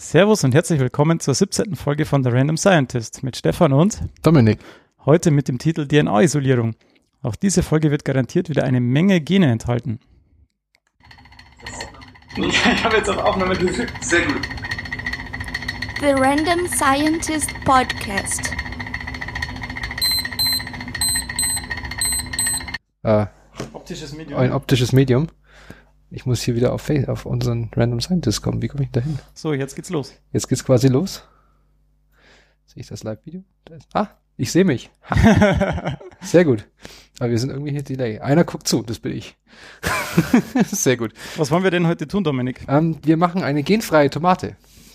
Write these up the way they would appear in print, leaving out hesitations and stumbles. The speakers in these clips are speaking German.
Servus und herzlich willkommen zur 17. Folge von The Random Scientist mit Stefan und Dominik. Heute mit dem Titel DNA-Isolierung. Auch diese Folge wird garantiert wieder eine Menge Gene enthalten. Ich habe jetzt auf Aufnahme gedrückt. Sehr gut. The Random Scientist Podcast. Optisches Medium. Ein optisches Medium. Ich muss hier wieder auf unseren Random Scientist kommen. Wie komme ich da hin? So, jetzt geht's los. Jetzt geht's quasi los. Sehe ich das Live-Video? Ich sehe mich. Sehr gut. Aber wir sind irgendwie hier Delay. Einer guckt zu, das bin ich. Sehr gut. Was wollen wir denn heute tun, Dominik? Wir machen eine genfreie Tomate.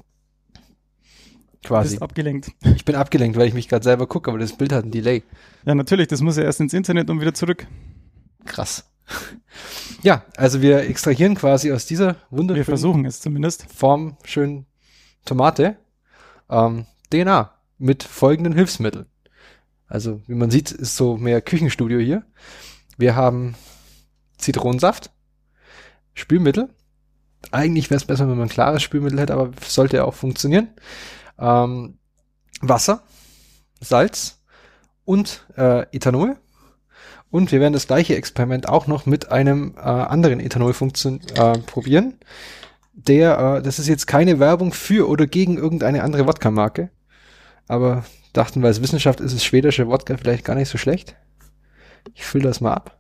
Du Quasi. bist abgelenkt. Ich bin abgelenkt, weil ich mich gerade selber gucke, aber das Bild hat ein Delay. Ja, natürlich, das muss ja erst ins Internet und wieder zurück. Krass. Ja, also wir extrahieren quasi aus dieser Wir wunderschönen versuchen es zumindest. Form schön Tomate DNA mit folgenden Hilfsmitteln. Also wie man sieht, ist so mehr Küchenstudio hier. Wir haben Zitronensaft, Spülmittel. Eigentlich wäre es besser, wenn man ein klares Spülmittel hätte, aber sollte ja auch funktionieren. Wasser, Salz und Ethanol. Und wir werden das gleiche Experiment auch noch mit einem anderen Ethanol probieren. Das ist jetzt keine Werbung für oder gegen irgendeine andere Wodka-Marke. Aber dachten wir, als Wissenschaft ist es schwedische Wodka vielleicht gar nicht so schlecht. Ich fülle das mal ab.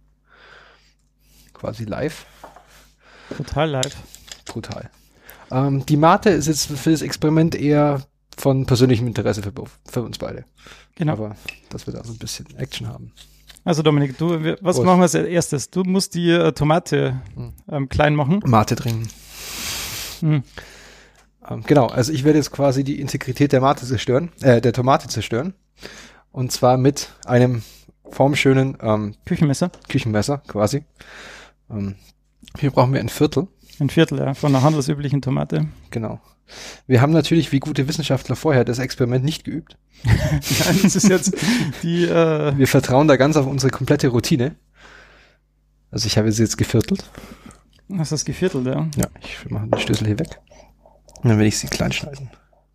Quasi live. Total live. Brutal. Die Mate ist jetzt für das Experiment eher von persönlichem Interesse für uns beide. Genau. Aber dass wir da so ein bisschen Action haben. Also Dominik, was Prost. machen wir als erstes? Du musst die Tomate klein machen. Mate trinken. Hm. Genau, also ich werde jetzt quasi die Integrität der der Tomate zerstören. Und zwar mit einem formschönen Küchenmesser. Küchenmesser quasi. Hier brauchen wir ein Viertel. Ein Viertel, ja, von einer handelsüblichen Tomate. Genau. Wir haben natürlich, wie gute Wissenschaftler vorher, das Experiment nicht geübt. Ja, das ist jetzt die... Wir vertrauen da ganz auf unsere komplette Routine. Also ich habe sie jetzt geviertelt. Hast du das geviertelt, ja? Ja, ich mache den Schlüssel hier weg. Und dann werde ich sie klein schneiden.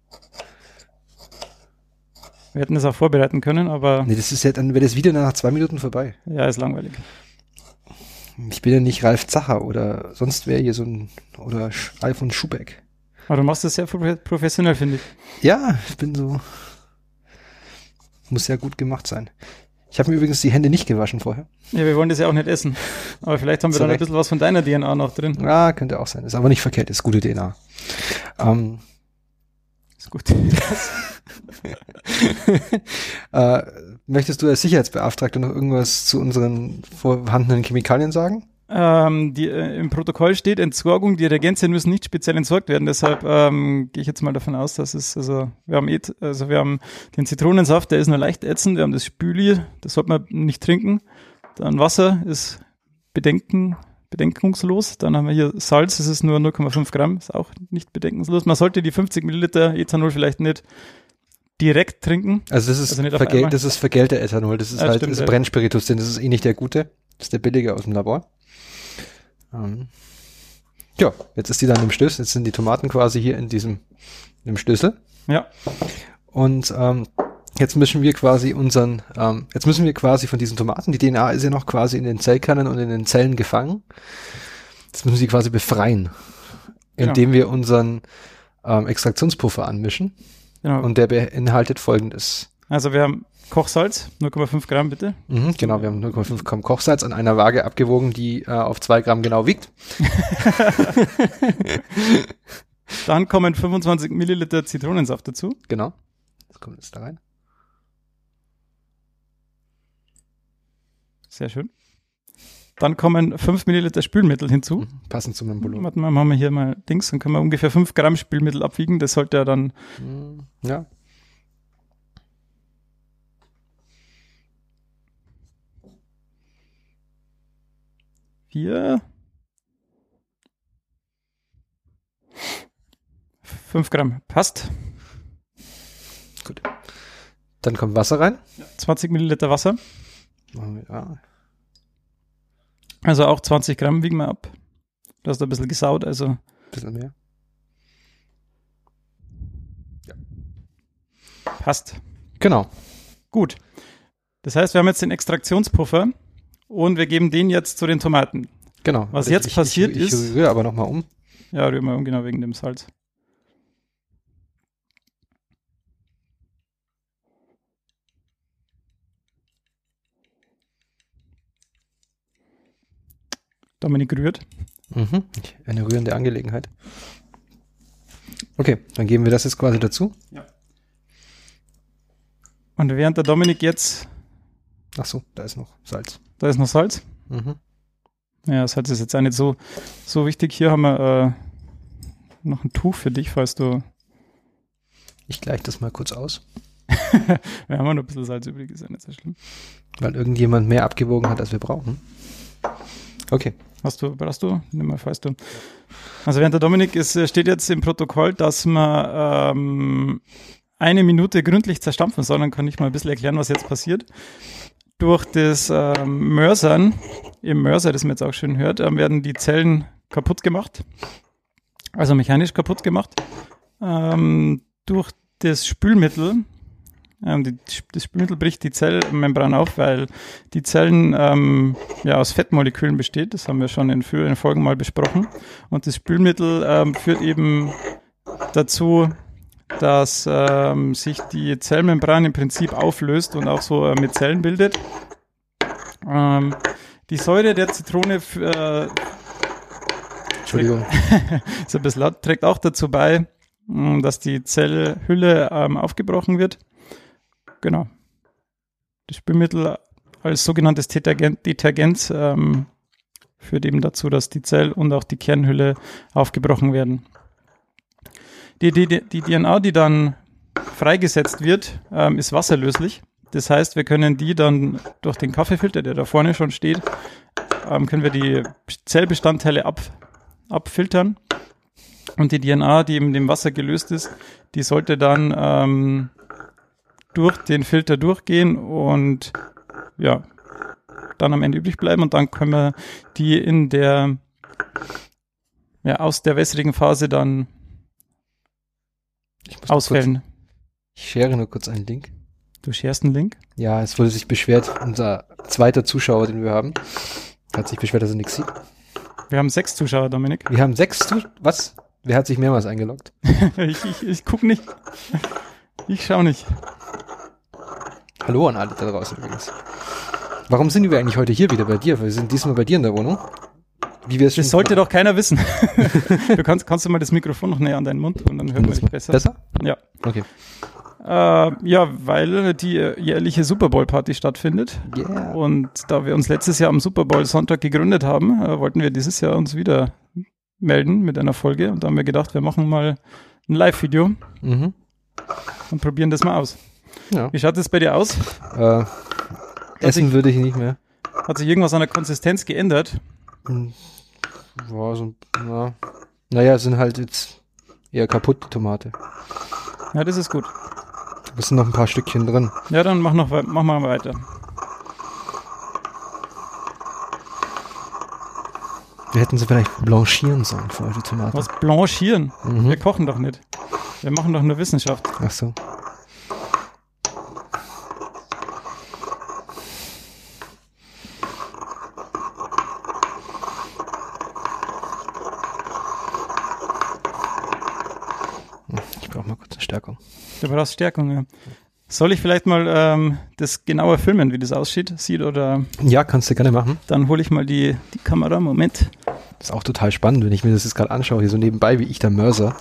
Wir hätten das auch vorbereiten können, aber Nee, das ist ja, dann wäre das Video nach 2 Minuten vorbei. ja, ist langweilig. Ich bin ja nicht Ralf Zacher oder sonst wer hier oder Alfons Schubeck. Aber du machst das sehr professionell, finde ich. Ja, ich bin so, muss ja gut gemacht sein. Ich habe mir übrigens die Hände nicht gewaschen vorher. Ja, wir wollen das ja auch nicht essen. Aber vielleicht haben wir dann ein bisschen was von deiner DNA noch drin. Ja, könnte auch sein. Ist aber nicht verkehrt, ist gute DNA. Ist gut. Möchtest du als Sicherheitsbeauftragter noch irgendwas zu unseren vorhandenen Chemikalien sagen? Im Protokoll steht Entsorgung, die Reagenzien müssen nicht speziell entsorgt werden, deshalb gehe ich jetzt mal davon aus, dass wir haben den Zitronensaft, der ist nur leicht ätzend, wir haben das Spüli, das sollte man nicht trinken, dann Wasser ist bedenkungslos, dann haben wir hier Salz, das ist nur 0,5 Gramm, ist auch nicht bedenkungslos, man sollte die 50 Milliliter Ethanol vielleicht nicht direkt trinken. Also das ist vergällter Ethanol, das ist Ja, halt stimmt, ist ja. Brennspiritus, denn das ist eh nicht der gute, das ist der billige aus dem Labor. Ja, jetzt ist die dann im Schlüssel, jetzt sind die Tomaten quasi hier im Schlüssel. Ja, Und jetzt müssen wir quasi von diesen Tomaten, die DNA ist ja noch quasi in den Zellkernen und in den Zellen gefangen. Jetzt müssen wir sie quasi befreien, Genau. indem wir unseren Extraktionspuffer anmischen. genau. Und der beinhaltet Folgendes. Also wir haben Kochsalz, 0,5 Gramm bitte. Genau, wir haben 0,5 Gramm Kochsalz an einer Waage abgewogen, die auf 2 Gramm genau wiegt. Dann kommen 25 Milliliter Zitronensaft dazu. Genau. Das kommt jetzt da rein. Sehr schön. Dann kommen 5 Milliliter Spülmittel hinzu. Passend zu meinem Volumen. Warte mal, machen wir hier mal Dings, dann können wir ungefähr 5 Gramm Spülmittel abwiegen. Das sollte ja dann Ja. hier 5 Gramm. Passt. Gut. Dann kommt Wasser rein. 20 Milliliter Wasser. Machen wir, ja. Also auch 20 Gramm wiegen wir ab. Du hast ein bisschen gesaut, also Bisschen mehr. Passt. Genau. Gut. Das heißt, wir haben jetzt den Extraktionspuffer und wir geben den jetzt zu den Tomaten. Genau. Was jetzt passiert ist... Ich rühre aber nochmal um. Ja, rühr mal um, genau, wegen dem Salz. Dominik rührt. Eine rührende Angelegenheit. Okay, dann geben wir das jetzt quasi dazu. Ja. Und während der Dominik jetzt... Ach so, da ist noch Salz. Da ist noch Salz. Ja, Salz ist jetzt auch nicht so wichtig. Hier haben wir noch ein Tuch für dich, falls du... Ich gleiche das mal kurz aus. Wir haben noch ein bisschen Salz übrig, ist ja nicht so schlimm. Weil irgendjemand mehr abgewogen hat, als wir brauchen. Okay. Brauchst du? Nimm mal, falls du. Also während der Dominik steht jetzt im Protokoll, dass man 1 Minute gründlich zerstampfen soll. Dann kann ich mal ein bisschen erklären, was jetzt passiert. Durch das Mörsern, im Mörser, das man jetzt auch schön hört, werden die Zellen kaputt gemacht. Also mechanisch kaputt gemacht. Durch das Spülmittel. Das Spülmittel bricht die Zellmembran auf, weil die Zellen aus Fettmolekülen besteht. Das haben wir schon in früheren Folgen mal besprochen. Und das Spülmittel führt eben dazu, dass sich die Zellmembran im Prinzip auflöst und auch so mit Zellen bildet. Die Säure der Zitrone Entschuldigung. ist ein bisschen laut, trägt auch dazu bei, dass die Zellhülle aufgebrochen wird. Genau. Das Spülmittel als sogenanntes Detergent führt eben dazu, dass die Zell- und auch die Kernhülle aufgebrochen werden. Die DNA, die dann freigesetzt wird, ist wasserlöslich. Das heißt, wir können die dann durch den Kaffeefilter, der da vorne schon steht, können wir die Zellbestandteile abfiltern. Und die DNA, die in dem Wasser gelöst ist, die sollte dann durch den Filter durchgehen und ja, dann am Ende übrig bleiben und dann können wir die aus der wässrigen Phase dann ausfällen. Ich share nur kurz einen Link. Du sharest einen Link? Ja, es wurde sich beschwert, unser zweiter Zuschauer, den wir haben, hat sich beschwert, dass er nichts sieht. Wir haben 6 Zuschauer, Dominik. Wir haben 6 Zuschauer? Was? Wer hat sich mehrmals eingeloggt? Ich guck nicht. Ich schau nicht. Hallo an alle da draußen übrigens. Warum sind wir eigentlich heute hier wieder bei dir? Wir sind diesmal bei dir in der Wohnung. Das sollte doch keiner wissen. Du kannst du mal das Mikrofon noch näher an deinen Mund und dann hören wir dich besser. Besser? Ja. Okay. Weil die jährliche Super Bowl Party stattfindet. Yeah. Und da wir uns letztes Jahr am Super Bowl Sonntag gegründet haben, wollten wir dieses Jahr uns wieder melden mit einer Folge. Und da haben wir gedacht, wir machen mal ein Live-Video und probieren das mal aus. Ja. Wie schaut es bei dir aus? Essen würde ich nicht mehr. Hat sich irgendwas an der Konsistenz geändert? Naja, es sind halt jetzt eher kaputt, die Tomate. Ja, das ist gut. Es sind noch ein paar Stückchen drin. Ja, dann mach mal weiter. Wir hätten sie vielleicht blanchieren sollen für die Tomate. Was, blanchieren? Wir kochen doch nicht. Wir machen doch nur Wissenschaft. Ach so. Ich brauche mal kurz eine Stärkung. Du brauchst Stärkung, ja. Soll ich vielleicht mal das genauer filmen, wie das sieht, oder? Ja, kannst du gerne machen. Dann hole ich mal die Kamera. Moment. Das ist auch total spannend, wenn ich mir das jetzt gerade anschaue, hier so nebenbei, wie ich da mörser.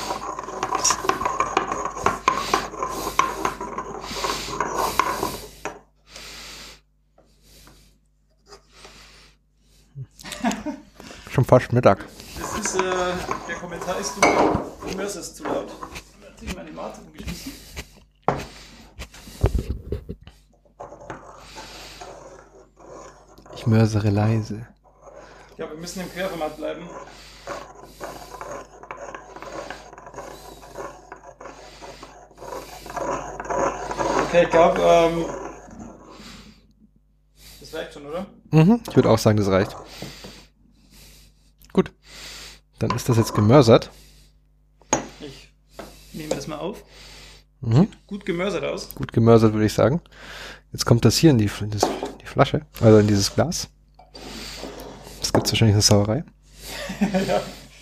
Schon fast Mittag. Das ist, der Kommentar ist, du mörsest zu laut. Hat sich meine Mate umgeschmissen. Ich mörsere leise. Ich glaube, wir müssen im Querformat bleiben. Okay, ich glaube, das reicht schon, oder? Ich würde auch sagen, das reicht. Gut. Dann ist das jetzt gemörsert. Ich Nehmen wir das mal auf. Mhm. Gut gemörsert aus. Gut gemörsert, würde ich sagen. Jetzt kommt das hier in die Flasche, also in dieses Glas. Das gibt's wahrscheinlich eine Sauerei. Ja.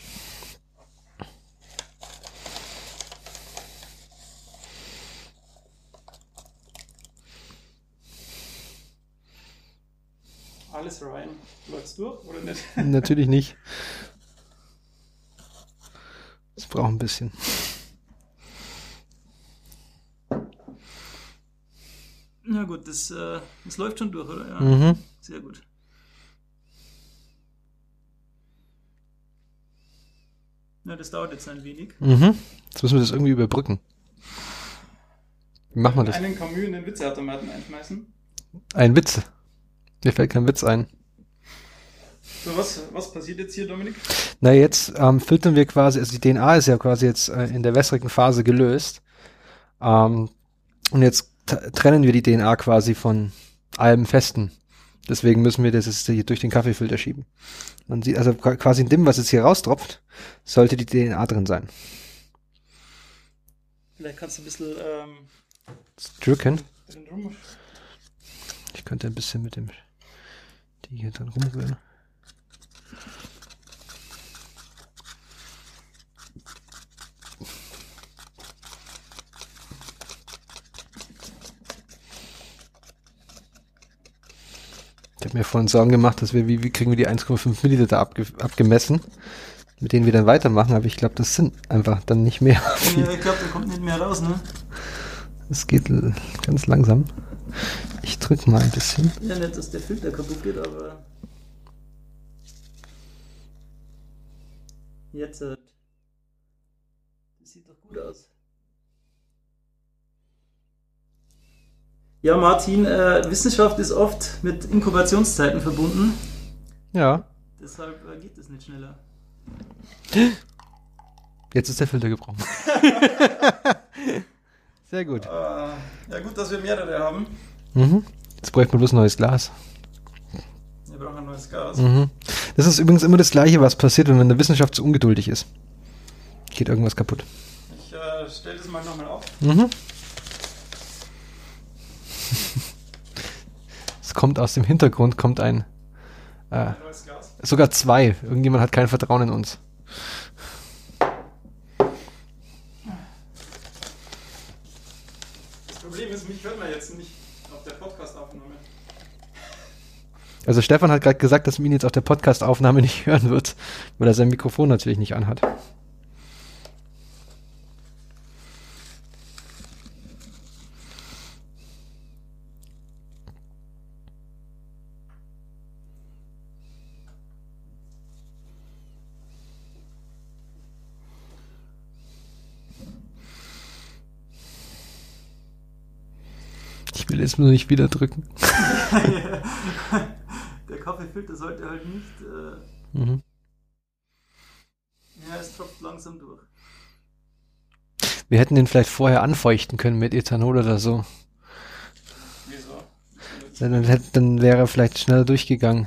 Alles rein. Läuft's durch oder nicht? Natürlich nicht. Das braucht ein bisschen. Na gut, das läuft schon durch, oder? Ja. Mhm. Sehr gut. Na, das dauert jetzt ein wenig. Mhm. Jetzt müssen wir das irgendwie überbrücken. Wie machen wir das? Einen Camus in den Witzeautomaten einschmeißen. Ein Witz. Mir fällt kein Witz ein. So, was passiert jetzt hier, Dominik? Na, jetzt filtern wir quasi, also die DNA ist ja quasi jetzt in der wässrigen Phase gelöst. Und jetzt trennen wir die DNA quasi von allem Festen. Deswegen müssen wir das jetzt hier durch den Kaffeefilter schieben. Man sieht also quasi in dem, was jetzt hier raustropft, sollte die DNA drin sein. Vielleicht kannst du ein bisschen Drücken. rum. Ich könnte ein bisschen mit die hier dran rumrühren. Ich habe mir vorhin Sorgen gemacht, dass wie kriegen wir die 1,5 Milliliter abgemessen, mit denen wir dann weitermachen, aber ich glaube, das sind einfach dann nicht mehr. Ja, ich glaube, da kommt nicht mehr raus, ne? Es geht ganz langsam. Ich drücke mal ein bisschen. Ja, nicht, dass der Filter kaputt geht, aber jetzt, das sieht doch gut aus. Ja, Martin, Wissenschaft ist oft mit Inkubationszeiten verbunden. Ja. Deshalb geht es nicht schneller. Jetzt ist der Filter gebrochen. Sehr gut. Ja, gut, dass wir mehrere haben. Mhm. Jetzt bräuchte man bloß ein neues Glas. Wir brauchen ein neues Gas. Mhm. Das ist übrigens immer das Gleiche, was passiert, wenn man in der Wissenschaft zu ungeduldig ist. Geht irgendwas kaputt. Ich stelle das mal nochmal auf. Mhm. Es kommt aus dem Hintergrund, ein Neues Gas. sogar zwei. Irgendjemand hat kein Vertrauen in uns. Das Problem ist, mich hört man jetzt nicht auf der Podcast-Aufnahme. Also Stefan hat gerade gesagt, dass man ihn jetzt auf der Podcast-Aufnahme nicht hören wird, weil er sein Mikrofon natürlich nicht anhat. Ich will jetzt nur nicht wieder drücken. Der Kaffeefilter sollte halt nicht. Mhm. Ja, es tropft langsam durch. Wir hätten den vielleicht vorher anfeuchten können mit Ethanol oder so. Wieso? Dann wäre er vielleicht schneller durchgegangen.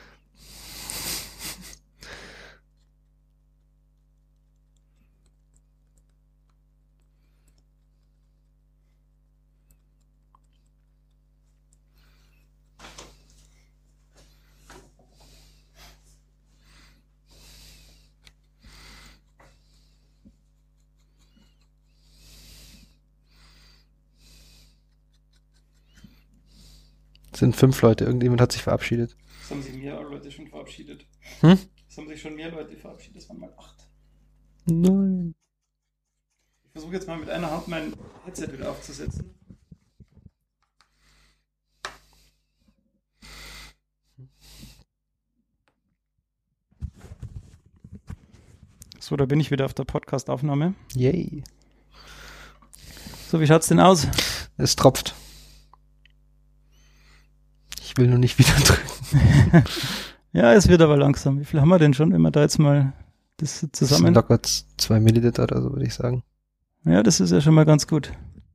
Sind 5 Leute. Irgendjemand hat sich verabschiedet. Es haben sich mehr Leute schon verabschiedet. Hm? Es haben sich schon mehr Leute verabschiedet. Es waren mal 8. Nein. Ich versuche jetzt mal mit einer Hand mein Headset wieder aufzusetzen. So, da bin ich wieder auf der Podcast-Aufnahme. Yay. So, wie schaut's denn aus? Es tropft. Ich will nur nicht wieder drücken. Ja, es wird aber langsam. Wie viel haben wir denn schon, wenn wir da jetzt mal das Das zusammen... sind locker 2 Milliliter oder so, würde ich sagen. Ja, das ist ja schon mal ganz gut.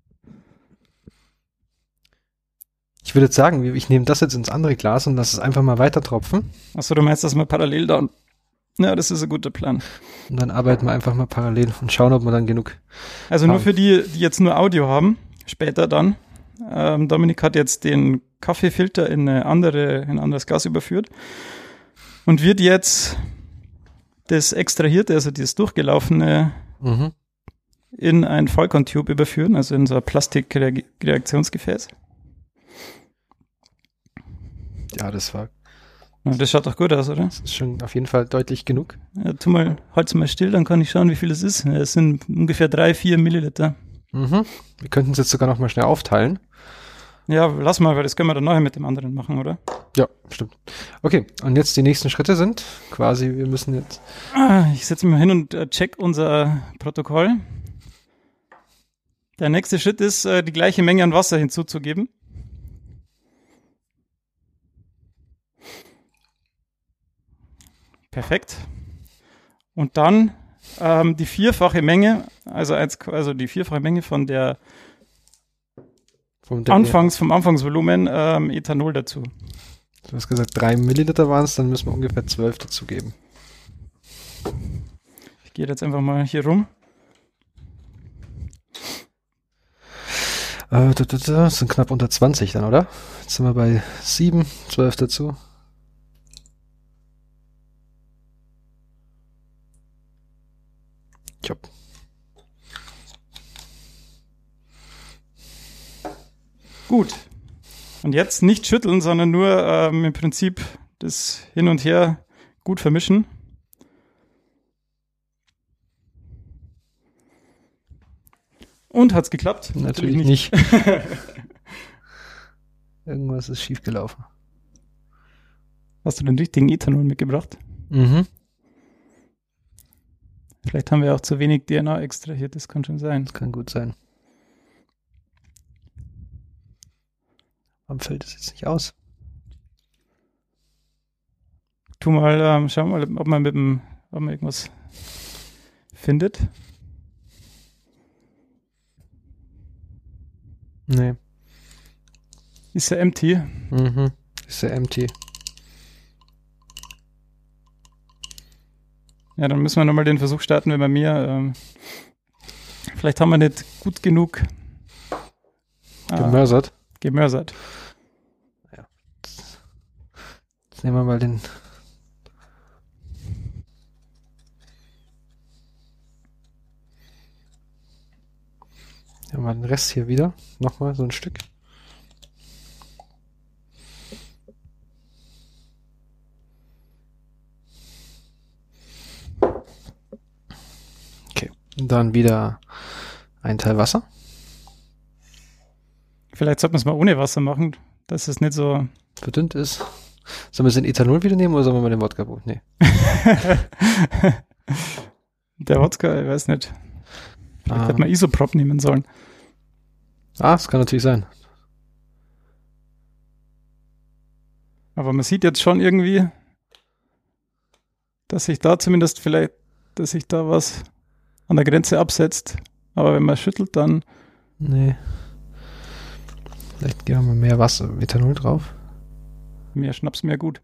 Ich würde jetzt sagen, ich nehme das jetzt ins andere Glas und lasse es einfach mal weiter tropfen. Achso, du meinst, dass wir parallel da Ja, das ist ein guter Plan. Und dann arbeiten wir einfach mal parallel und schauen, ob wir dann genug Also nur haben. für die jetzt nur Audio haben, später dann. Dominik hat jetzt den Kaffeefilter in ein anderes Glas überführt und wird jetzt das Extrahierte, also dieses durchgelaufene, Mhm. in ein Falcon-Tube überführen, also in so ein Plastikreaktionsgefäß. Ja, das Das schaut doch gut aus, oder? ist schon auf jeden Fall deutlich genug. Ja, halt's mal still, dann kann ich schauen, wie viel es ist. Es sind ungefähr 3-4 Milliliter. Mhm. Wir könnten es jetzt sogar noch mal schnell aufteilen. Ja, lass mal, weil das können wir dann nachher mit dem anderen machen, oder? Ja, stimmt. Okay, und jetzt die nächsten Schritte sind quasi, wir müssen jetzt... Ich setze mich mal hin und check unser Protokoll. Der nächste Schritt ist, die gleiche Menge an Wasser hinzuzugeben. Perfekt. Und dann die vierfache Menge, also die vierfache Menge von der vom Anfangsvolumen Ethanol dazu. Du hast gesagt, 3 Milliliter waren es, dann müssen wir ungefähr 12 dazugeben. Ich gehe jetzt einfach mal hier rum. Das sind knapp unter 20 dann, oder? Jetzt sind wir bei 7, 12 dazu. Tja. Gut. Und jetzt nicht schütteln, sondern nur im Prinzip das hin und her gut vermischen. Und hat's geklappt? Natürlich nicht. Irgendwas ist schiefgelaufen. Hast du den richtigen Ethanol mitgebracht? Mhm. Vielleicht haben wir auch zu wenig DNA extrahiert, das kann schon sein. Das kann gut sein. Warum fällt es jetzt nicht aus? Tu mal, schau mal, ob man irgendwas findet. Nee. Ist ja empty. Mhm. Ist ja empty. Ja, dann müssen wir nochmal den Versuch starten, wie bei mir. Vielleicht haben wir nicht gut genug Gemörsert. gemörsert. Jetzt nehmen wir mal den... Ja, mal den Rest hier wieder. Nochmal so ein Stück. Okay. Und dann wieder ein Teil Wasser. Vielleicht sollten wir es mal ohne Wasser machen, dass es nicht so... Verdünnt ist. Sollen wir den Ethanol wieder nehmen oder sollen wir mal den Wodka? Nee. Der Wodka, ich weiß nicht. Vielleicht hätte man Isoprop nehmen sollen. Das kann natürlich sein. Aber man sieht jetzt schon irgendwie, dass sich da zumindest vielleicht, dass sich da was an der Grenze absetzt. Aber wenn man schüttelt, dann... Nee. Vielleicht geben wir mal mehr Wasser, Ethanol drauf. Mehr Schnaps, mehr gut.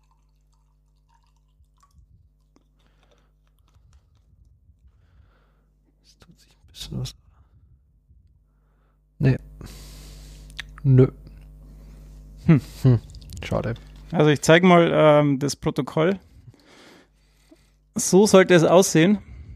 Es tut sich ein bisschen was. Nee. Nö. Schade. Also ich zeige mal das Protokoll. So sollte es aussehen.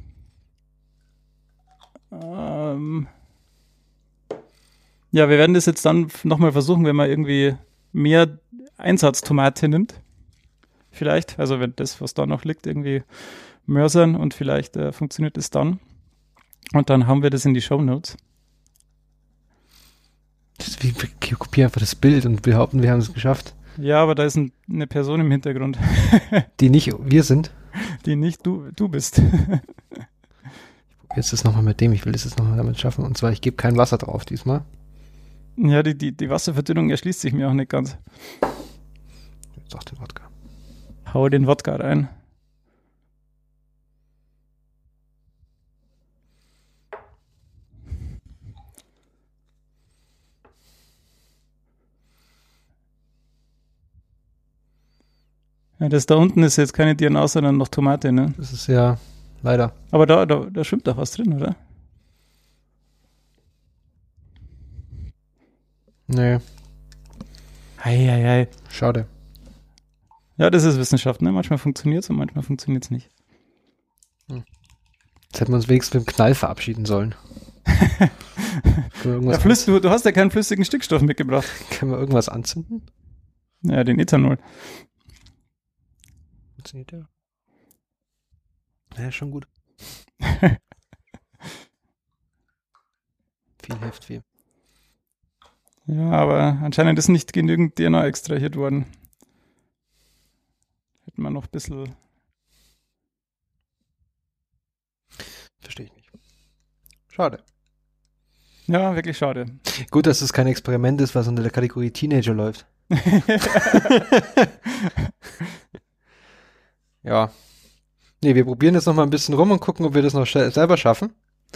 Ja, wir werden das jetzt dann nochmal versuchen, wenn man irgendwie mehr Einsatztomate nimmt. Vielleicht, also wenn das, was da noch liegt, irgendwie mörsern und vielleicht funktioniert es dann. Und dann haben wir das in die Shownotes. Wir kopieren einfach das Bild und behaupten, wir haben es geschafft. Ja, aber da ist eine Person im Hintergrund, Die nicht wir sind. die nicht du bist. Jetzt ist nochmal mit dem, ich will das jetzt nochmal damit schaffen. Und zwar, ich gebe kein Wasser drauf diesmal. Ja, die Wasserverdünnung erschließt sich mir auch nicht ganz. Jetzt auch den Wodka. Hau den Wodka rein. Ja, das da unten ist jetzt keine DNA, sondern noch Tomate, ne? Das ist ja leider. Aber da schwimmt doch was drin, oder? Nee, Ei. schade. Ja, das ist Wissenschaft, ne? Manchmal funktioniert's und manchmal funktioniert's nicht. Jetzt hätten wir uns wenigstens mit dem Knall verabschieden sollen. Können wir Ja, irgendwas, du hast ja keinen flüssigen Stickstoff mitgebracht. können wir irgendwas anzünden? Ja, den Ethanol. Funktioniert der? Ja, schon gut. Viel hilft viel. Ja, aber anscheinend ist nicht genügend DNA extrahiert worden. Hätten wir noch ein bisschen... Verstehe ich nicht. Schade. Ja, wirklich schade. Gut, dass es kein Experiment ist, was unter der Kategorie Teenager läuft. Ja. Nee, wir probieren jetzt noch mal ein bisschen rum und gucken, ob wir das noch selber schaffen.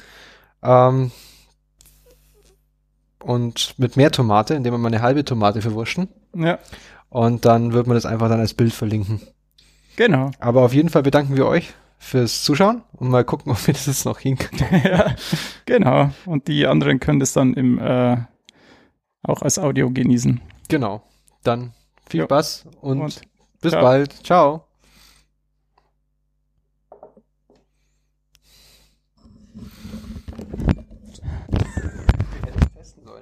Und mit mehr Tomate, indem wir mal eine halbe Tomate verwurschen. Ja, Und dann wird man das einfach dann als Bild verlinken. genau. Aber auf jeden Fall bedanken wir euch fürs Zuschauen und mal gucken, ob wir das jetzt noch hinkriegen. Ja, genau. Und die anderen können das dann auch als Audio genießen. Genau. Dann viel Jo. Spaß und Und bis ciao. bald. Ciao. Wir hätten testen sollen.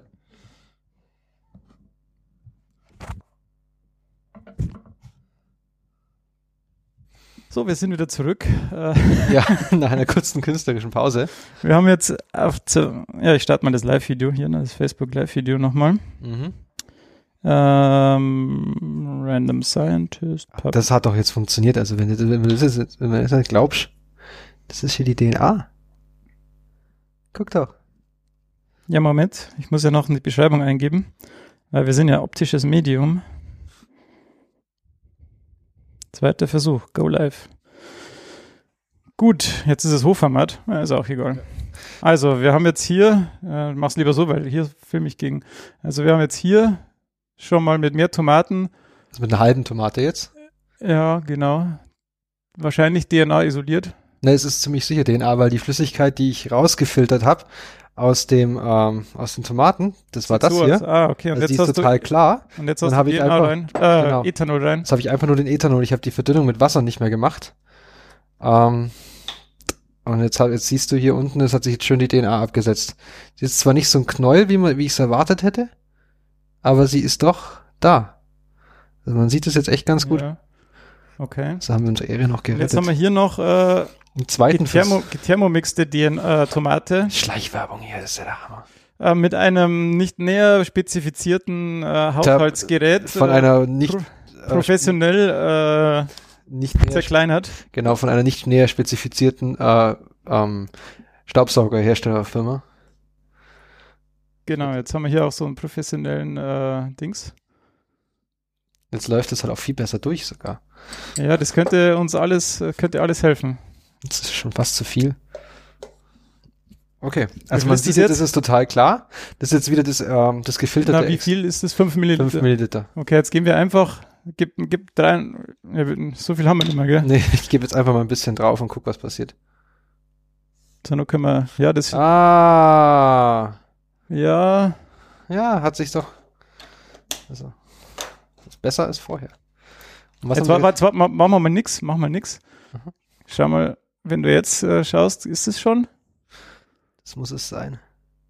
So, wir sind wieder zurück. Ja, nach einer kurzen künstlerischen Pause. Wir haben jetzt ich starte mal das Live-Video hier, das Facebook-Live-Video nochmal. Mhm. Random Scientist. Das hat doch jetzt funktioniert. Also wenn du das nicht glaubst, das ist hier die DNA. Guck doch. Ja, Moment. Ich muss ja noch eine Beschreibung eingeben, weil wir sind ja optisches Medium. Zweiter Versuch. Go live. Gut, jetzt ist es Hochformat. Ja, ist auch egal. Also, wir haben jetzt hier, mach's lieber so, weil hier filme ich gegen. Also, wir haben jetzt hier schon mal mit mehr Tomaten. Also mit einer halben Tomate jetzt. Ja, genau. Wahrscheinlich DNA isoliert. Ne, es ist ziemlich sicher DNA, weil die Flüssigkeit, die ich rausgefiltert habe aus den Tomaten, das war das So, hier. Okay. Und Also die jetzt ist hast total klar. und jetzt dann hast hab du ich DNA einfach- rein. genau. Ethanol rein. Jetzt habe ich einfach nur den Ethanol. Ich habe die Verdünnung mit Wasser nicht mehr gemacht. Und jetzt siehst du hier unten, es hat sich jetzt schön die DNA abgesetzt. Sie ist zwar nicht so ein Knäuel, wie ich es erwartet hätte, aber sie ist doch da. Also man sieht es jetzt echt ganz gut. Ja. Okay. So haben wir unsere Ehre noch Und gerettet. jetzt haben wir hier noch Im zweiten gethermomixte Tomate Schleichwerbung hier, das ist ja der Hammer. mit einem nicht näher spezifizierten Haushaltsgerät Von einer nicht, professionell nicht näher, zerkleinert. genau, von einer nicht näher spezifizierten Staubsaugerherstellerfirma. Genau, jetzt haben wir hier auch so einen professionellen Dings. Jetzt läuft es halt auch viel besser durch sogar. Ja, das könnte alles helfen. Das ist schon fast zu viel. Okay, Wie also viel man ist das sieht, jetzt? das ist total klar. Das ist jetzt wieder das gefilterte Na, wie viel ist das? 5 Milliliter? 5 Milliliter. Okay, jetzt gehen wir einfach, gib 3, so viel haben wir nicht mehr, gell? Nee, ich gebe jetzt einfach mal ein bisschen drauf und guck, was passiert. So, dann können wir, ja, das, Ja, hat sich doch, also, ist besser als vorher. Und was jetzt haben wir warte, machen wir mal nix. Aha. Schau mal, wenn du jetzt schaust, ist es schon? Das muss es sein.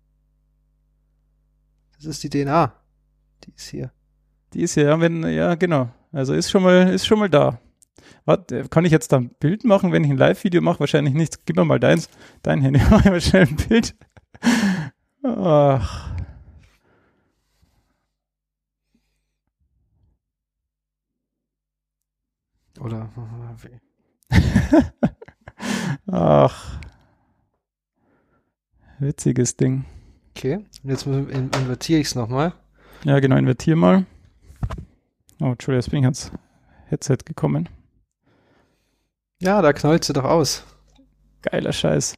Das ist die DNA. Die ist hier. Die ist ja, genau. Also ist schon mal da. Warte, kann ich jetzt da ein Bild machen, wenn ich ein Live-Video mache? Wahrscheinlich nicht. Gib mir mal dein Handy. Mach mal schnell ein Bild. Ach. Oder, Ach. Witziges Ding. okay. Und jetzt invertiere ich es nochmal. Ja, genau, invertier mal. Oh, Entschuldigung, jetzt bin ich ans Headset gekommen. Ja, da knallt sie doch aus. Geiler Scheiß.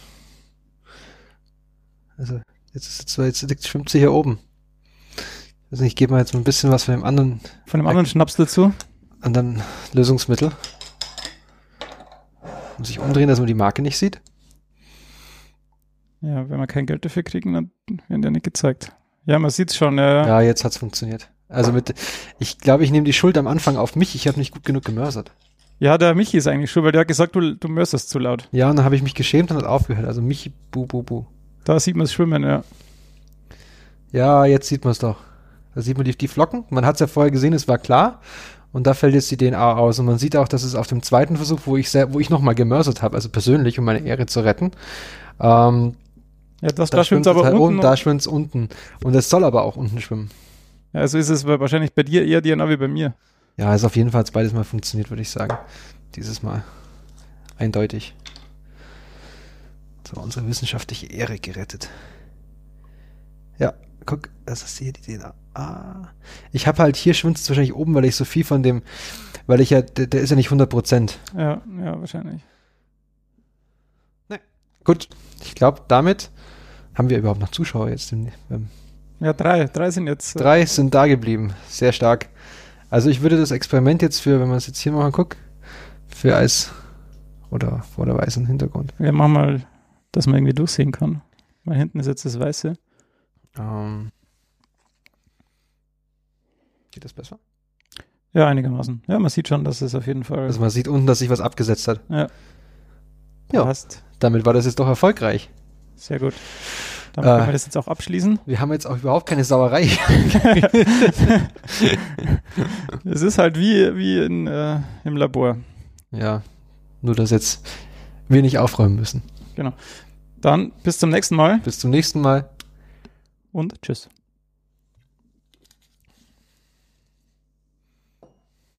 Also, jetzt schwimmt sie hier oben. Also ich gebe mal jetzt mal ein bisschen was von dem anderen. Von dem anderen Schnaps dazu. anderen Lösungsmittel. Muss ich umdrehen, dass man die Marke nicht sieht? Ja, wenn wir kein Geld dafür kriegen, dann werden die nicht gezeigt. Ja, man sieht's schon. Ja. Ja, jetzt hat's funktioniert. Also ich glaube, ich nehme die Schuld am Anfang auf mich. Ich habe nicht gut genug gemörsert. Ja, der Michi ist eigentlich schuld, weil der hat gesagt, du mörserst zu laut. Ja, und dann habe ich mich geschämt und hat aufgehört. Also Michi, bu. Da sieht man es schwimmen, ja. Ja, jetzt sieht man es doch. Da sieht man die Flocken. Man hat es ja vorher gesehen, es war klar. Und da fällt jetzt die DNA aus. Und man sieht auch, dass es auf dem zweiten Versuch, wo ich nochmal gemörsert habe, also persönlich, um meine Ehre zu retten, ja, da schwimmt es aber halt unten. Da schwimmt es unten. Und es soll aber auch unten schwimmen. Ja, also ist es wahrscheinlich bei dir eher DNA wie bei mir. Ja, also auf jeden Fall hat es beides mal funktioniert, würde ich sagen. Dieses Mal. Eindeutig. So, unsere wissenschaftliche Ehre gerettet. Ja, guck, das ist hier die DNA. Ich habe halt, hier schwimmt es wahrscheinlich oben, weil ich so viel von dem, weil ich ja, der ist ja nicht 100%. Ja, wahrscheinlich. Gut, ich glaube, damit haben wir überhaupt noch Zuschauer jetzt. Ja, drei sind jetzt. 3 sind da geblieben. Sehr stark. Also ich würde das Experiment jetzt für, wenn man es jetzt hier mal guckt, für Eis oder vor der weißen Hintergrund. Wir machen mal, dass man irgendwie durchsehen kann. Weil hinten ist jetzt das Weiße. Geht das besser? Ja, einigermaßen. Ja, man sieht schon, dass es auf jeden Fall. Also man sieht unten, dass sich was abgesetzt hat. Ja. Ja. Passt. Damit war das jetzt doch erfolgreich. Sehr gut. Damit können wir das jetzt auch abschließen. Wir haben jetzt auch überhaupt keine Sauerei. Es ist halt wie im Labor. Ja, nur dass jetzt wir nicht aufräumen müssen. Genau. Dann bis zum nächsten Mal Bis zum nächsten Mal. und tschüss.